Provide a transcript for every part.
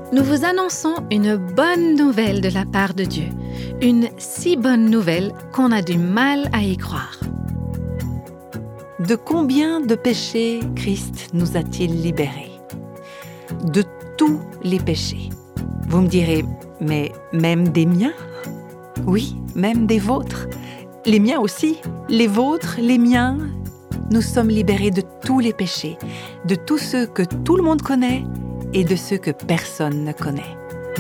nous vous annonçons une bonne nouvelle de la part de Dieu. Une si bonne nouvelle qu'on a du mal à y croire. De combien de péchés Christ nous a-t-il libérés ? De tous les péchés. Vous me direz, mais même des miens ? Oui, même des vôtres. Les miens aussi, les vôtres, les miens. Nous sommes libérés de tous les péchés, de tous ceux que tout le monde connaît et de ceux que personne ne connaît.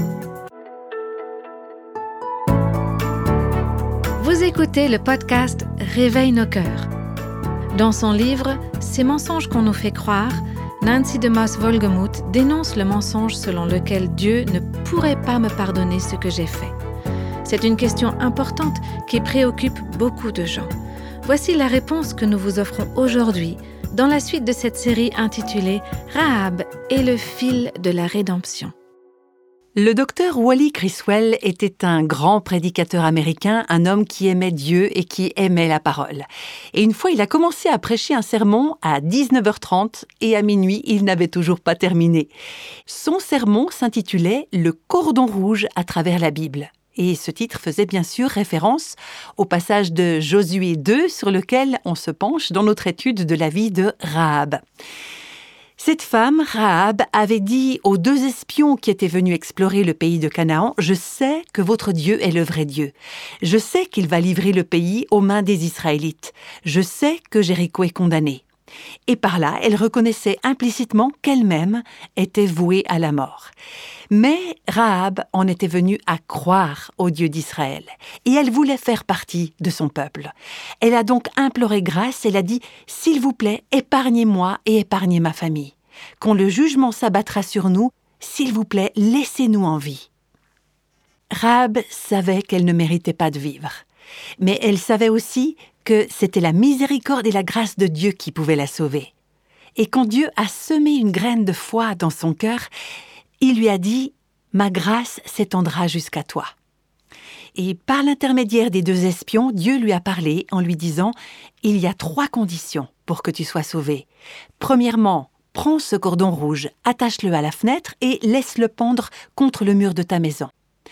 Vous écoutez le podcast Réveille nos cœurs. Dans son livre « Ces mensonges qu'on nous fait croire », Nancy DeMoss Wolgemuth dénonce le mensonge selon lequel Dieu ne pourrait pas me pardonner ce que j'ai fait. C'est une question importante qui préoccupe beaucoup de gens. Voici la réponse que nous vous offrons aujourd'hui dans la suite de cette série intitulée « Rahab et le fil de la rédemption ». Le docteur Wally Criswell était un grand prédicateur américain, un homme qui aimait Dieu et qui aimait la parole. Et une fois, il a commencé à prêcher un sermon à 19h30 et à minuit, il n'avait toujours pas terminé. Son sermon s'intitulait « Le cordon rouge à travers la Bible ». Et ce titre faisait bien sûr référence au passage de Josué 2 sur lequel on se penche dans notre étude de la vie de Rahab. Cette femme, Rahab, avait dit aux 2 espions qui étaient venus explorer le pays de Canaan « Je sais que votre Dieu est le vrai Dieu. Je sais qu'il va livrer le pays aux mains des Israélites. Je sais que Jéricho est condamné. » Et par là, elle reconnaissait implicitement qu'elle-même était vouée à la mort. Mais Rahab en était venue à croire au Dieu d'Israël et elle voulait faire partie de son peuple. Elle a donc imploré grâce, elle a dit « S'il vous plaît, épargnez-moi et épargnez ma famille. Quand le jugement s'abattra sur nous, s'il vous plaît, laissez-nous en vie. » Rahab savait qu'elle ne méritait pas de vivre, mais elle savait aussi que c'était la miséricorde et la grâce de Dieu qui pouvaient la sauver. Et quand Dieu a semé une graine de foi dans son cœur, il lui a dit « Ma grâce s'étendra jusqu'à toi ». Et par l'intermédiaire des 2 espions, Dieu lui a parlé en lui disant « Il y a 3 conditions pour que tu sois sauvé. Premièrement, prends ce cordon rouge, attache-le à la fenêtre et laisse-le pendre contre le mur de ta maison. »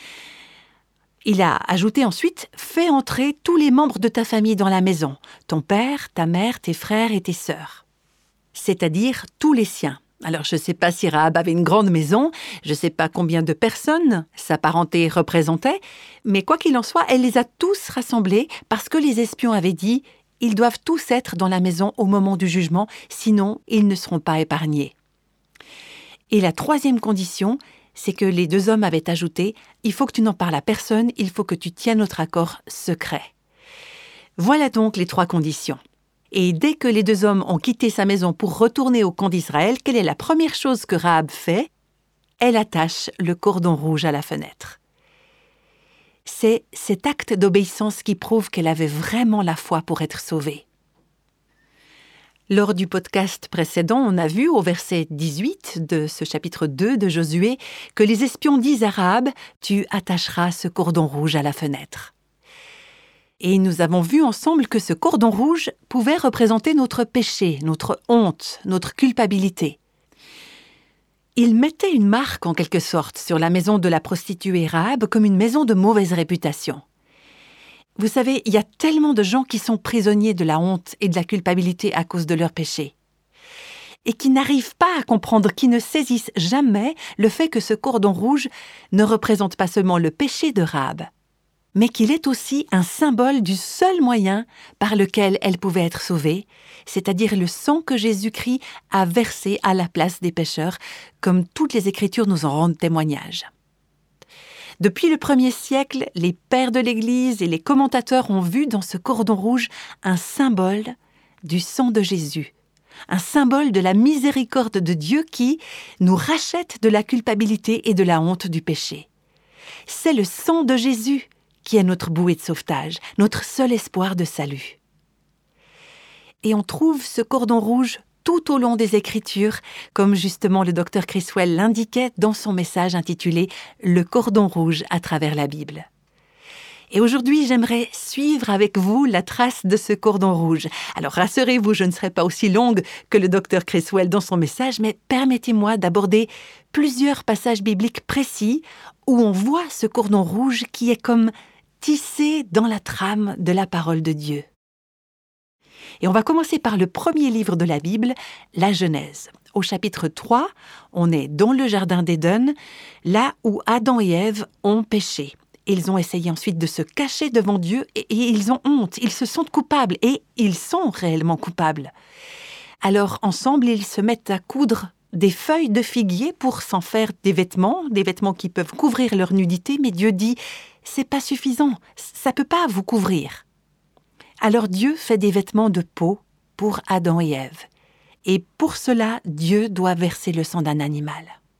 Il a ajouté ensuite « Fais entrer tous les membres de ta famille dans la maison, ton père, ta mère, tes frères et tes sœurs. » C'est-à-dire tous les siens. Alors, je ne sais pas si Rahab avait une grande maison, je ne sais pas combien de personnes sa parenté représentait, mais quoi qu'il en soit, elle les a tous rassemblés parce que les espions avaient dit « Ils doivent tous être dans la maison au moment du jugement, sinon ils ne seront pas épargnés. » Et la 3e condition, c'est que les 2 hommes avaient ajouté « Il faut que tu n'en parles à personne, il faut que tu tiennes notre accord secret. » Voilà donc les 3 conditions. Et dès que les 2 hommes ont quitté sa maison pour retourner au camp d'Israël, quelle est la première chose que Rahab fait ? Elle attache le cordon rouge à la fenêtre. C'est cet acte d'obéissance qui prouve qu'elle avait vraiment la foi pour être sauvée. Lors du podcast précédent, on a vu au verset 18 de ce chapitre 2 de Josué que les espions disent à Rahab « Tu attacheras ce cordon rouge à la fenêtre ». Et nous avons vu ensemble que ce cordon rouge pouvait représenter notre péché, notre honte, notre culpabilité. Il mettait une marque en quelque sorte sur la maison de la prostituée Rahab comme une maison de mauvaise réputation. Vous savez, il y a tellement de gens qui sont prisonniers de la honte et de la culpabilité à cause de leurs péchés. Et qui n'arrivent pas à comprendre, qui ne saisissent jamais le fait que ce cordon rouge ne représente pas seulement le péché de Rahab, mais qu'il est aussi un symbole du seul moyen par lequel elle pouvait être sauvée, c'est-à-dire le sang que Jésus-Christ a versé à la place des pécheurs, comme toutes les Écritures nous en rendent témoignage. Depuis le 1er siècle, les pères de l'Église et les commentateurs ont vu dans ce cordon rouge un symbole du sang de Jésus, un symbole de la miséricorde de Dieu qui nous rachète de la culpabilité et de la honte du péché. C'est le sang de Jésus qui est notre bouée de sauvetage, notre seul espoir de salut. Et on trouve ce cordon rouge tout au long des Écritures, comme justement le docteur Criswell l'indiquait dans son message intitulé « Le cordon rouge à travers la Bible ». Et aujourd'hui, j'aimerais suivre avec vous la trace de ce cordon rouge. Alors rassurez-vous, je ne serai pas aussi longue que le docteur Criswell dans son message, mais permettez-moi d'aborder plusieurs passages bibliques précis où on voit ce cordon rouge qui est comme tissé dans la trame de la parole de Dieu. Et on va commencer par le premier livre de la Bible, la Genèse. Au chapitre 3, on est dans le jardin d'Éden, là où Adam et Ève ont péché. Ils ont essayé ensuite de se cacher devant Dieu et ils ont honte, ils se sentent coupables et ils sont réellement coupables. Alors ensemble, ils se mettent à coudre des feuilles de figuier pour s'en faire des vêtements qui peuvent couvrir leur nudité, mais Dieu dit « c'est pas suffisant, ça peut pas vous couvrir ». Alors Dieu fait des vêtements de peau pour Adam et Ève. Et pour cela, Dieu doit verser le sang d'un animal.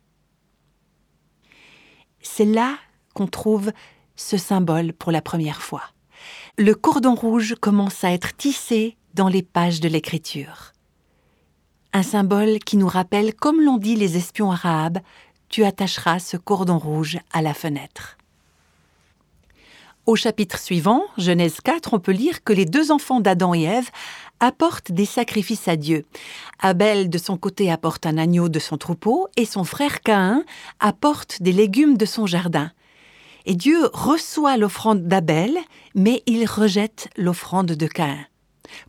C'est là qu'on trouve ce symbole pour la première fois. Le cordon rouge commence à être tissé dans les pages de l'Écriture. Un symbole qui nous rappelle, comme l'ont dit les espions à Rahab, « Tu attacheras ce cordon rouge à la fenêtre ». Au chapitre suivant, Genèse 4, on peut lire que les deux enfants d'Adam et Ève apportent des sacrifices à Dieu. Abel, de son côté, apporte un agneau de son troupeau et son frère Caïn apporte des légumes de son jardin. Et Dieu reçoit l'offrande d'Abel, mais il rejette l'offrande de Caïn. Pourquoi ?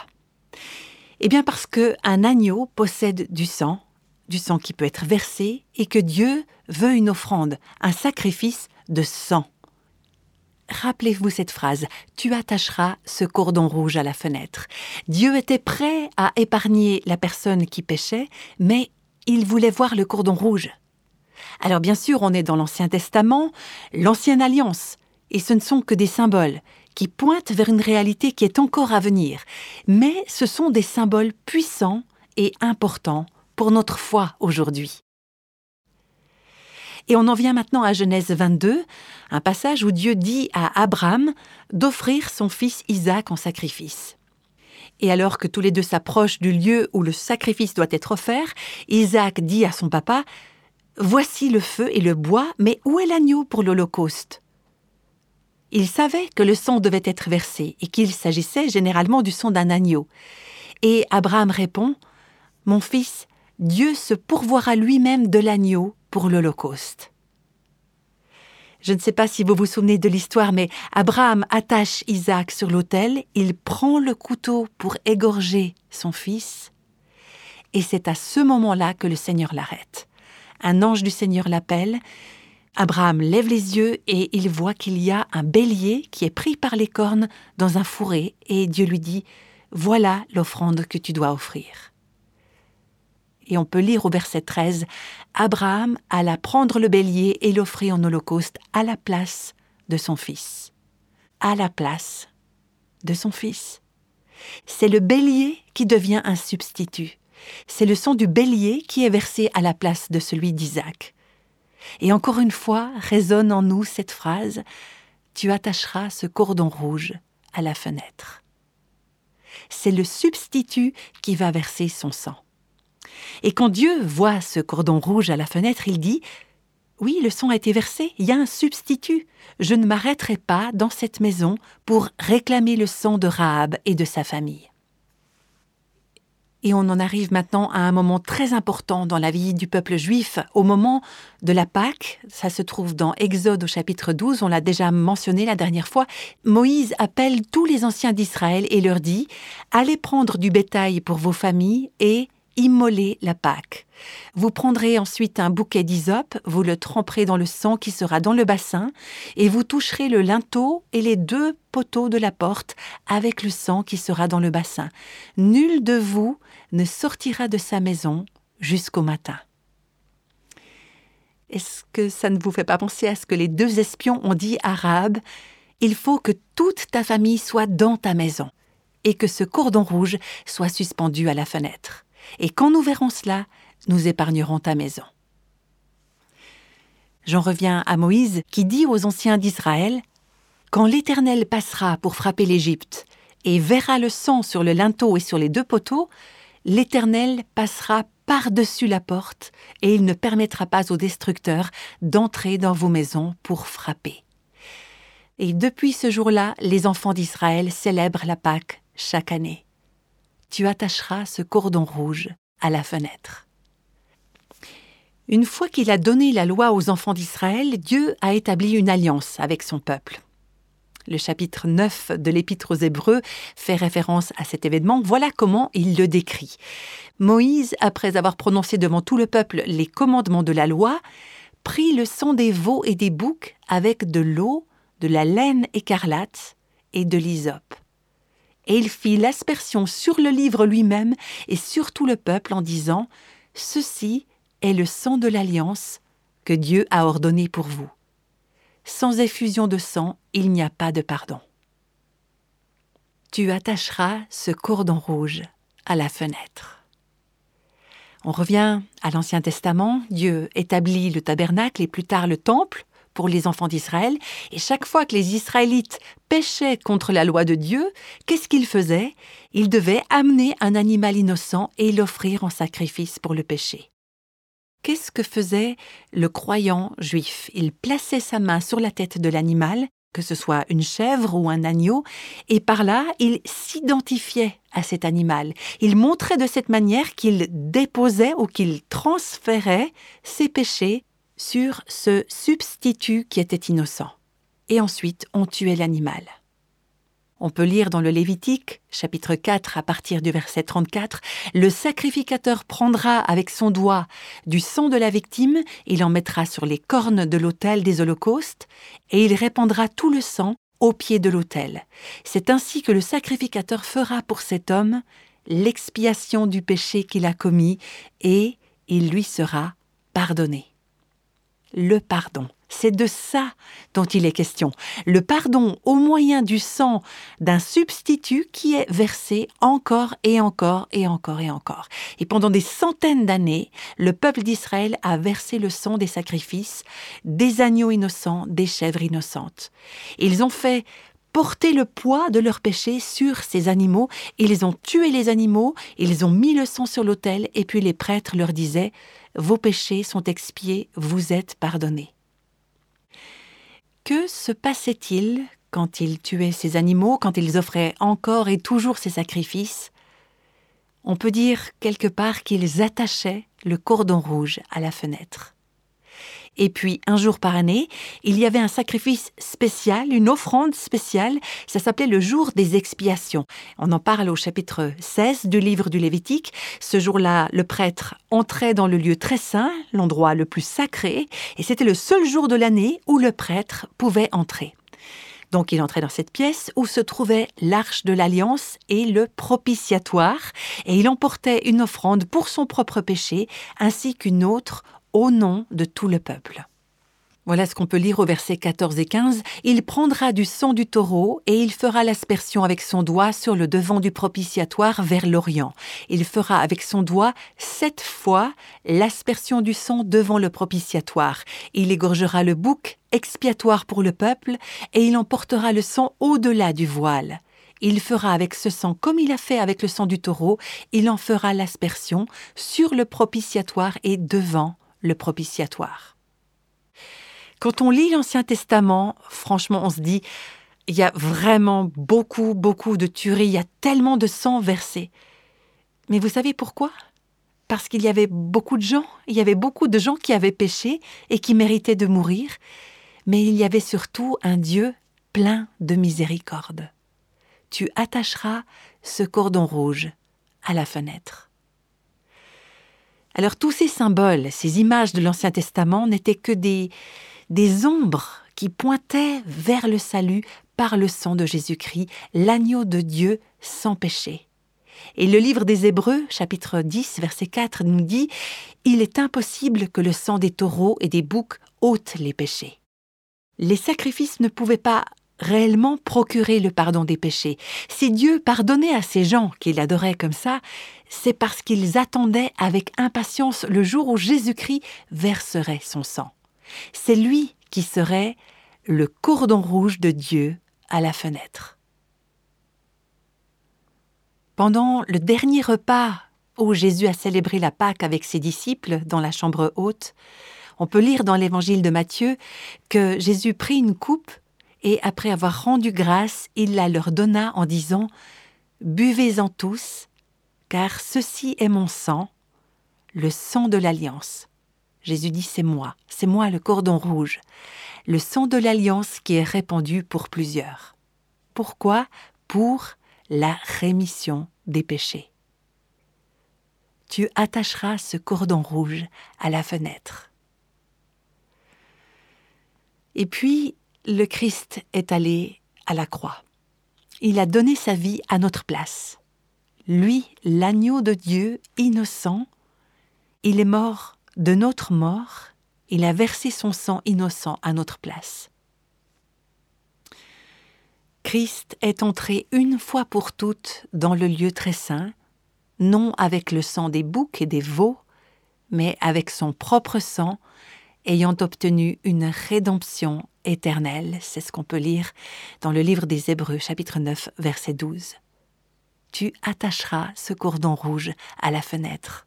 Eh bien parce qu'un agneau possède du sang qui peut être versé et que Dieu veut une offrande, un sacrifice de sang. Rappelez-vous cette phrase, « Tu attacheras ce cordon rouge à la fenêtre ». Dieu était prêt à épargner la personne qui péchait, mais il voulait voir le cordon rouge. Alors bien sûr, on est dans l'Ancien Testament, l'Ancienne Alliance, et ce ne sont que des symboles qui pointent vers une réalité qui est encore à venir. Mais ce sont des symboles puissants et importants pour notre foi aujourd'hui. Et on en vient maintenant à Genèse 22, un passage où Dieu dit à Abraham d'offrir son fils Isaac en sacrifice. Et alors que tous les deux s'approchent du lieu où le sacrifice doit être offert, Isaac dit à son papa « Voici le feu et le bois, mais où est l'agneau pour l'Holocauste ?» Il savait que le sang devait être versé et qu'il s'agissait généralement du sang d'un agneau. Et Abraham répond « Mon fils, Dieu se pourvoira lui-même de l'agneau pour l'Holocauste. » Je ne sais pas si vous vous souvenez de l'histoire, mais Abraham attache Isaac sur l'autel, il prend le couteau pour égorger son fils, et c'est à ce moment-là que le Seigneur l'arrête. Un ange du Seigneur l'appelle, Abraham lève les yeux et il voit qu'il y a un bélier qui est pris par les cornes dans un fourré, et Dieu lui dit « Voilà l'offrande que tu dois offrir. » Et on peut lire au verset 13, « Abraham alla prendre le bélier et l'offrit en holocauste à la place de son fils. » À la place de son fils. C'est le bélier qui devient un substitut. C'est le sang du bélier qui est versé à la place de celui d'Isaac. Et encore une fois, résonne en nous cette phrase, « Tu attacheras ce cordon rouge à la fenêtre. » C'est le substitut qui va verser son sang. Et quand Dieu voit ce cordon rouge à la fenêtre, il dit « Oui, le sang a été versé, il y a un substitut. Je ne m'arrêterai pas dans cette maison pour réclamer le sang de Rahab et de sa famille. » Et on en arrive maintenant à un moment très important dans la vie du peuple juif, au moment de la Pâque. Ça se trouve dans Exode au chapitre 12, on l'a déjà mentionné la dernière fois. Moïse appelle tous les anciens d'Israël et leur dit « Allez prendre du bétail pour vos familles et immoler la Pâque. Vous prendrez ensuite un bouquet d'hysope, vous le tremperez dans le sang qui sera dans le bassin, et vous toucherez le linteau et les 2 poteaux de la porte avec le sang qui sera dans le bassin. Nul de vous ne sortira de sa maison jusqu'au matin. » Est-ce que ça ne vous fait pas penser à ce que les 2 espions ont dit à Rahab « Il faut que toute ta famille soit dans ta maison et que ce cordon rouge soit suspendu à la fenêtre. Et quand nous verrons cela, nous épargnerons ta maison. » J'en reviens à Moïse qui dit aux anciens d'Israël « Quand l'Éternel passera pour frapper l'Égypte et verra le sang sur le linteau et sur les 2 poteaux, l'Éternel passera par-dessus la porte et il ne permettra pas aux destructeurs d'entrer dans vos maisons pour frapper. » Et depuis ce jour-là, les enfants d'Israël célèbrent la Pâque chaque année. Tu attacheras ce cordon rouge à la fenêtre. Une fois qu'il a donné la loi aux enfants d'Israël, Dieu a établi une alliance avec son peuple. Le chapitre 9 de l'Épître aux Hébreux fait référence à cet événement. Voilà comment il le décrit. Moïse, après avoir prononcé devant tout le peuple les commandements de la loi, prit le sang des veaux et des boucs avec de l'eau, de la laine écarlate et de l'hysope. Et il fit l'aspersion sur le livre lui-même et sur tout le peuple en disant « Ceci est le sang de l'alliance que Dieu a ordonné pour vous. Sans effusion de sang, il n'y a pas de pardon. Tu attacheras ce cordon rouge à la fenêtre. » On revient à l'Ancien Testament. Dieu établit le tabernacle et plus tard le temple pour les enfants d'Israël. Et chaque fois que les Israélites péchaient contre la loi de Dieu, qu'est-ce qu'ils faisaient? Ils devaient amener un animal innocent et l'offrir en sacrifice pour le péché. Qu'est-ce que faisait le croyant juif? Il plaçait sa main sur la tête de l'animal, que ce soit une chèvre ou un agneau, et par là, il s'identifiait à cet animal. Il montrait de cette manière qu'il déposait ou qu'il transférait ses péchés sur ce substitut qui était innocent. Et ensuite, on tuait l'animal. On peut lire dans le Lévitique, chapitre 4, à partir du verset 34, « Le sacrificateur prendra avec son doigt du sang de la victime, il en mettra sur les cornes de l'autel des holocaustes, et il répandra tout le sang au pied de l'autel. C'est ainsi que le sacrificateur fera pour cet homme l'expiation du péché qu'il a commis, et il lui sera pardonné. » Le pardon. C'est de ça dont il est question. Le pardon au moyen du sang d'un substitut qui est versé encore et encore et encore et encore. Et pendant des centaines d'années, le peuple d'Israël a versé le sang des sacrifices, des agneaux innocents, des chèvres innocentes. Ils ont fait porter le poids de leurs péchés sur ces animaux. Ils ont tué les animaux, ils ont mis le sang sur l'autel et puis les prêtres leur disaient « Vos péchés sont expiés, vous êtes pardonnés ». Que se passait-il quand ils tuaient ces animaux, quand ils offraient encore et toujours ces sacrifices? On peut dire quelque part qu'ils attachaient le cordon rouge à la fenêtre. Et puis, un jour par année, il y avait un sacrifice spécial, une offrande spéciale, ça s'appelait le jour des expiations. On en parle au chapitre 16 du livre du Lévitique. Ce jour-là, le prêtre entrait dans le lieu très saint, l'endroit le plus sacré, et c'était le seul jour de l'année où le prêtre pouvait entrer. Donc il entrait dans cette pièce où se trouvait l'arche de l'alliance et le propitiatoire, et il emportait une offrande pour son propre péché, ainsi qu'une autre au nom de tout le peuple. Voilà ce qu'on peut lire au versets 14 et 15. « Il prendra du sang du taureau et il fera l'aspersion avec son doigt sur le devant du propitiatoire vers l'Orient. Il fera avec son doigt 7 fois l'aspersion du sang devant le propitiatoire. Il égorgera le bouc expiatoire pour le peuple et il emportera le sang au-delà du voile. Il fera avec ce sang comme il a fait avec le sang du taureau, il en fera l'aspersion sur le propitiatoire et devant le propitiatoire. » Quand on lit l'Ancien Testament, franchement, on se dit, il y a vraiment beaucoup de tueries, il y a tellement de sang versé. Mais vous savez pourquoi? Parce qu'il y avait beaucoup de gens, qui avaient péché et qui méritaient de mourir, mais il y avait surtout un Dieu plein de miséricorde. Tu attacheras ce cordon rouge à la fenêtre. Alors tous ces symboles, ces images de l'Ancien Testament n'étaient que des ombres qui pointaient vers le salut par le sang de Jésus-Christ, l'agneau de Dieu sans péché. Et le livre des Hébreux, chapitre 10, verset 4, nous dit « Il est impossible que le sang des taureaux et des boucs ôte les péchés. » Les sacrifices ne pouvaient pas réellement procurer le pardon des péchés. Si Dieu pardonnait à ces gens qu'il adorait comme ça, c'est parce qu'ils attendaient avec impatience le jour où Jésus-Christ verserait son sang. C'est lui qui serait le cordon rouge de Dieu à la fenêtre. Pendant le dernier repas où Jésus a célébré la Pâque avec ses disciples dans la chambre haute, on peut lire dans l'évangile de Matthieu que Jésus prit une coupe et après avoir rendu grâce, il la leur donna en disant « Buvez-en tous, car ceci est mon sang, le sang de l'alliance. » Jésus dit « C'est moi le cordon rouge, le sang de l'alliance qui est répandu pour plusieurs. » Pourquoi ? Pour la rémission des péchés. Tu attacheras ce cordon rouge à la fenêtre. Et puis, le Christ est allé à la croix. Il a donné sa vie à notre place. Lui, l'agneau de Dieu, innocent, il est mort de notre mort, il a versé son sang innocent à notre place. Christ est entré une fois pour toutes dans le lieu très saint, non avec le sang des boucs et des veaux, mais avec son propre sang, ayant obtenu une rédemption éternelle. C'est ce qu'on peut lire dans le livre des Hébreux, chapitre 9, verset 12. Tu attacheras ce cordon rouge à la fenêtre.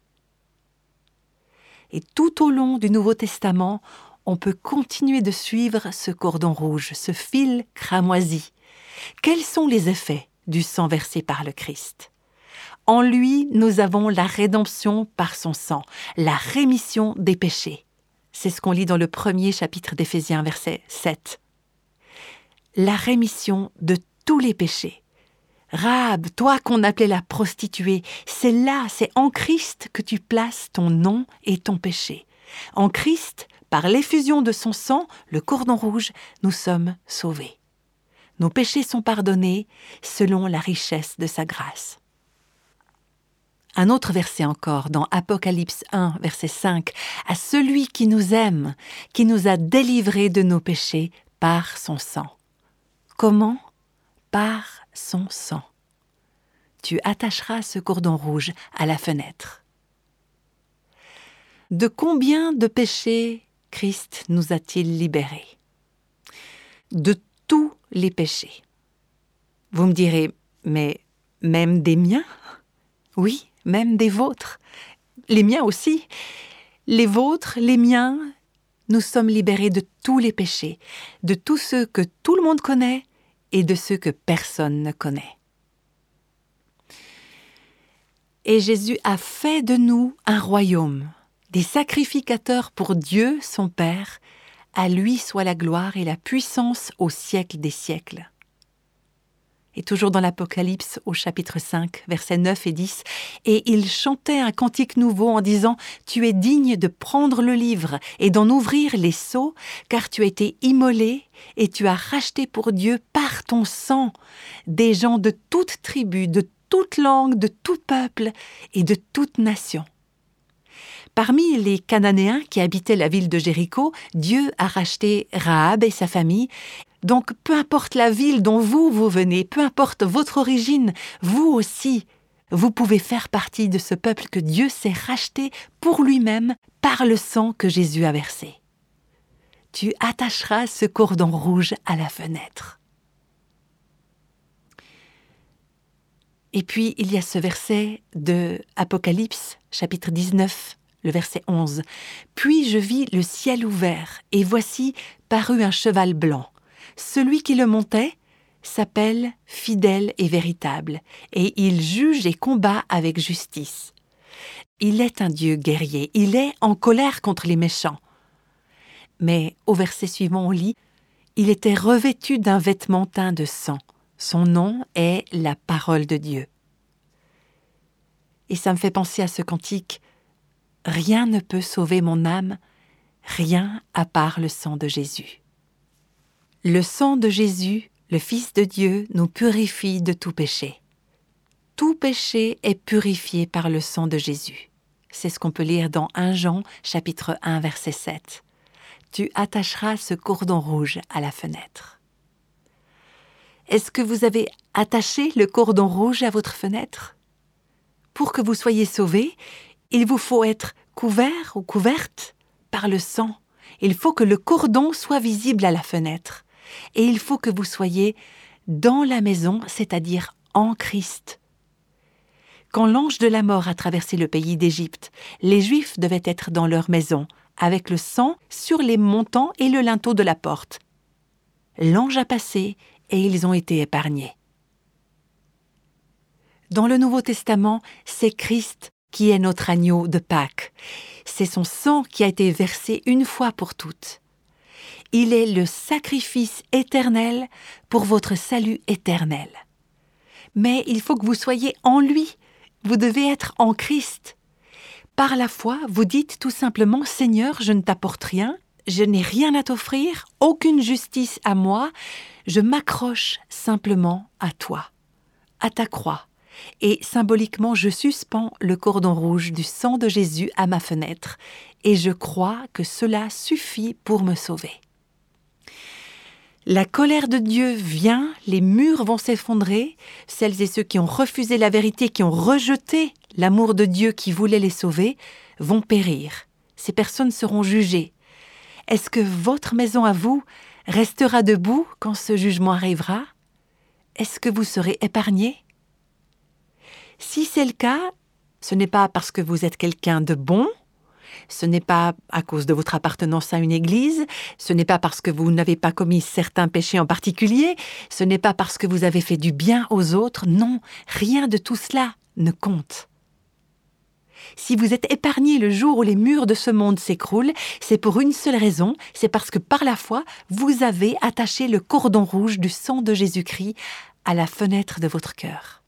Et tout au long du Nouveau Testament, on peut continuer de suivre ce cordon rouge, ce fil cramoisi. Quels sont les effets du sang versé par le Christ ? En lui, nous avons la rédemption par son sang, la rémission des péchés. C'est ce qu'on lit dans le premier chapitre d'Éphésiens, verset 7. La rémission de tous les péchés. Rahab, toi qu'on appelait la prostituée, c'est en Christ que tu places ton nom et ton péché. En Christ, par l'effusion de son sang, le cordon rouge, nous sommes sauvés. Nos péchés sont pardonnés selon la richesse de sa grâce. Un autre verset encore, dans Apocalypse 1, verset 5, « À celui qui nous aime, qui nous a délivrés de nos péchés par son sang. » Comment ? Par son sang. Tu attacheras ce cordon rouge à la fenêtre. De combien de péchés Christ nous a-t-il libérés ? De tous les péchés. Vous me direz, mais même des miens ? Oui, même des vôtres. Les miens aussi. Les vôtres, les miens, nous sommes libérés de tous les péchés, de tous ceux que tout le monde connaît et de ceux que personne ne connaît. Et Jésus a fait de nous un royaume, des sacrificateurs pour Dieu, son Père. À lui soit la gloire et la puissance au siècle des siècles. Et toujours dans l'Apocalypse, au chapitre 5, versets 9 et 10, « Et il chantait un cantique nouveau en disant « Tu es digne de prendre le livre et d'en ouvrir les sceaux, car tu as été immolé et tu as racheté pour Dieu par ton sang des gens de toute tribu, de toute langue, de tout peuple et de toute nation. » Parmi les Cananéens qui habitaient la ville de Jéricho, Dieu a racheté Rahab et sa famille. Donc, peu importe la ville dont vous venez, peu importe votre origine, vous aussi, vous pouvez faire partie de ce peuple que Dieu s'est racheté pour lui-même par le sang que Jésus a versé. Tu attacheras ce cordon rouge à la fenêtre. Et puis, il y a ce verset de Apocalypse, chapitre 19, le verset 11. « Puis je vis le ciel ouvert, et voici parut un cheval blanc. Celui qui le montait s'appelle fidèle et véritable, et il juge et combat avec justice. Il est un Dieu guerrier, il est en colère contre les méchants. » Mais au verset suivant, on lit « Il était revêtu d'un vêtement teint de sang. Son nom est la parole de Dieu. » Et ça me fait penser à ce cantique « Rien ne peut sauver mon âme, rien à part le sang de Jésus. » Le sang de Jésus, le Fils de Dieu, nous purifie de tout péché. Tout péché est purifié par le sang de Jésus. C'est ce qu'on peut lire dans 1 Jean, chapitre 1, verset 7. Tu attacheras ce cordon rouge à la fenêtre. Est-ce que vous avez attaché le cordon rouge à votre fenêtre ? Pour que vous soyez sauvés, il vous faut être couvert ou couverte par le sang. Il faut que le cordon soit visible à la fenêtre. Et il faut que vous soyez dans la maison, c'est-à-dire en Christ. Quand l'ange de la mort a traversé le pays d'Égypte, les Juifs devaient être dans leur maison, avec le sang sur les montants et le linteau de la porte. l'ange a passé et ils ont été épargnés. Dans le Nouveau Testament, c'est Christ qui est notre agneau de Pâques. C'est son sang qui a été versé une fois pour toutes. Il est le sacrifice éternel pour votre salut éternel. Mais il faut que vous soyez en lui. Vous devez être en Christ. Par la foi, vous dites tout simplement « Seigneur, je ne t'apporte rien, je n'ai rien à t'offrir, aucune justice à moi, je m'accroche simplement à toi, à ta croix. Et symboliquement, je suspends le cordon rouge du sang de Jésus à ma fenêtre et je crois que cela suffit pour me sauver. » La colère de Dieu vient, les murs vont s'effondrer, celles et ceux qui ont refusé la vérité, qui ont rejeté l'amour de Dieu qui voulait les sauver, vont périr. Ces personnes seront jugées. Est-ce que votre maison à vous restera debout quand ce jugement arrivera? Est-ce que vous serez épargnés? Si c'est le cas, ce n'est pas parce que vous êtes quelqu'un de bon, ce n'est pas à cause de votre appartenance à une église, ce n'est pas parce que vous n'avez pas commis certains péchés en particulier, ce n'est pas parce que vous avez fait du bien aux autres, non, rien de tout cela ne compte. Si vous êtes épargné le jour où les murs de ce monde s'écroulent, c'est pour une seule raison, c'est parce que par la foi, vous avez attaché le cordon rouge du sang de Jésus-Christ à la fenêtre de votre cœur.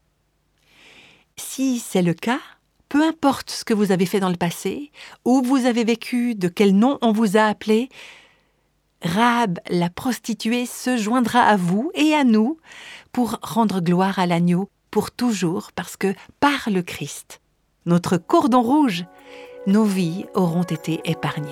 Si c'est le cas, peu importe ce que vous avez fait dans le passé, où vous avez vécu, de quel nom on vous a appelé, Rahab, la prostituée, se joindra à vous et à nous pour rendre gloire à l'agneau pour toujours, parce que par le Christ, notre cordon rouge, nos vies auront été épargnées.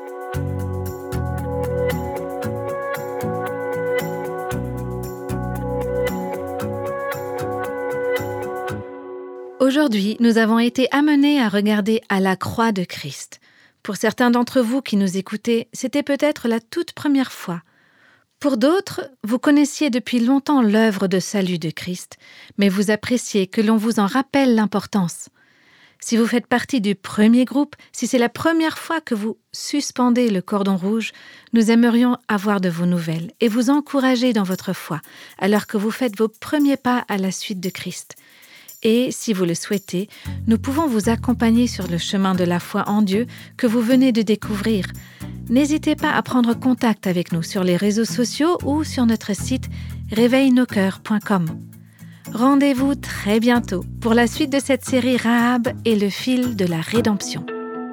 Aujourd'hui, nous avons été amenés à regarder à la croix de Christ. Pour certains d'entre vous qui nous écoutez, c'était peut-être la toute première fois. Pour d'autres, vous connaissiez depuis longtemps l'œuvre de salut de Christ, mais vous appréciez que l'on vous en rappelle l'importance. Si vous faites partie du premier groupe, si c'est la première fois que vous suspendez le cordon rouge, nous aimerions avoir de vos nouvelles et vous encourager dans votre foi, alors que vous faites vos premiers pas à la suite de Christ. Et, si vous le souhaitez, nous pouvons vous accompagner sur le chemin de la foi en Dieu que vous venez de découvrir. N'hésitez pas à prendre contact avec nous sur les réseaux sociaux ou sur notre site réveilnoscoeurs.com. Rendez-vous très bientôt pour la suite de cette série Rahab et le fil de la rédemption.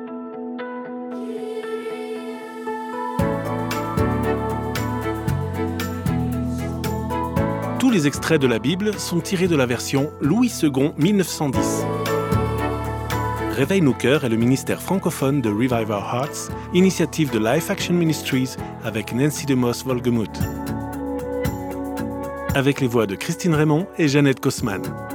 Tous les extraits de la Bible sont tirés de la version Louis II 1910. Réveille nos cœurs est le ministère francophone de Revive Our Hearts, initiative de Life Action Ministries avec Nancy DeMoss Wolgemuth. Avec les voix de Christine Raymond et Jeannette Kosman.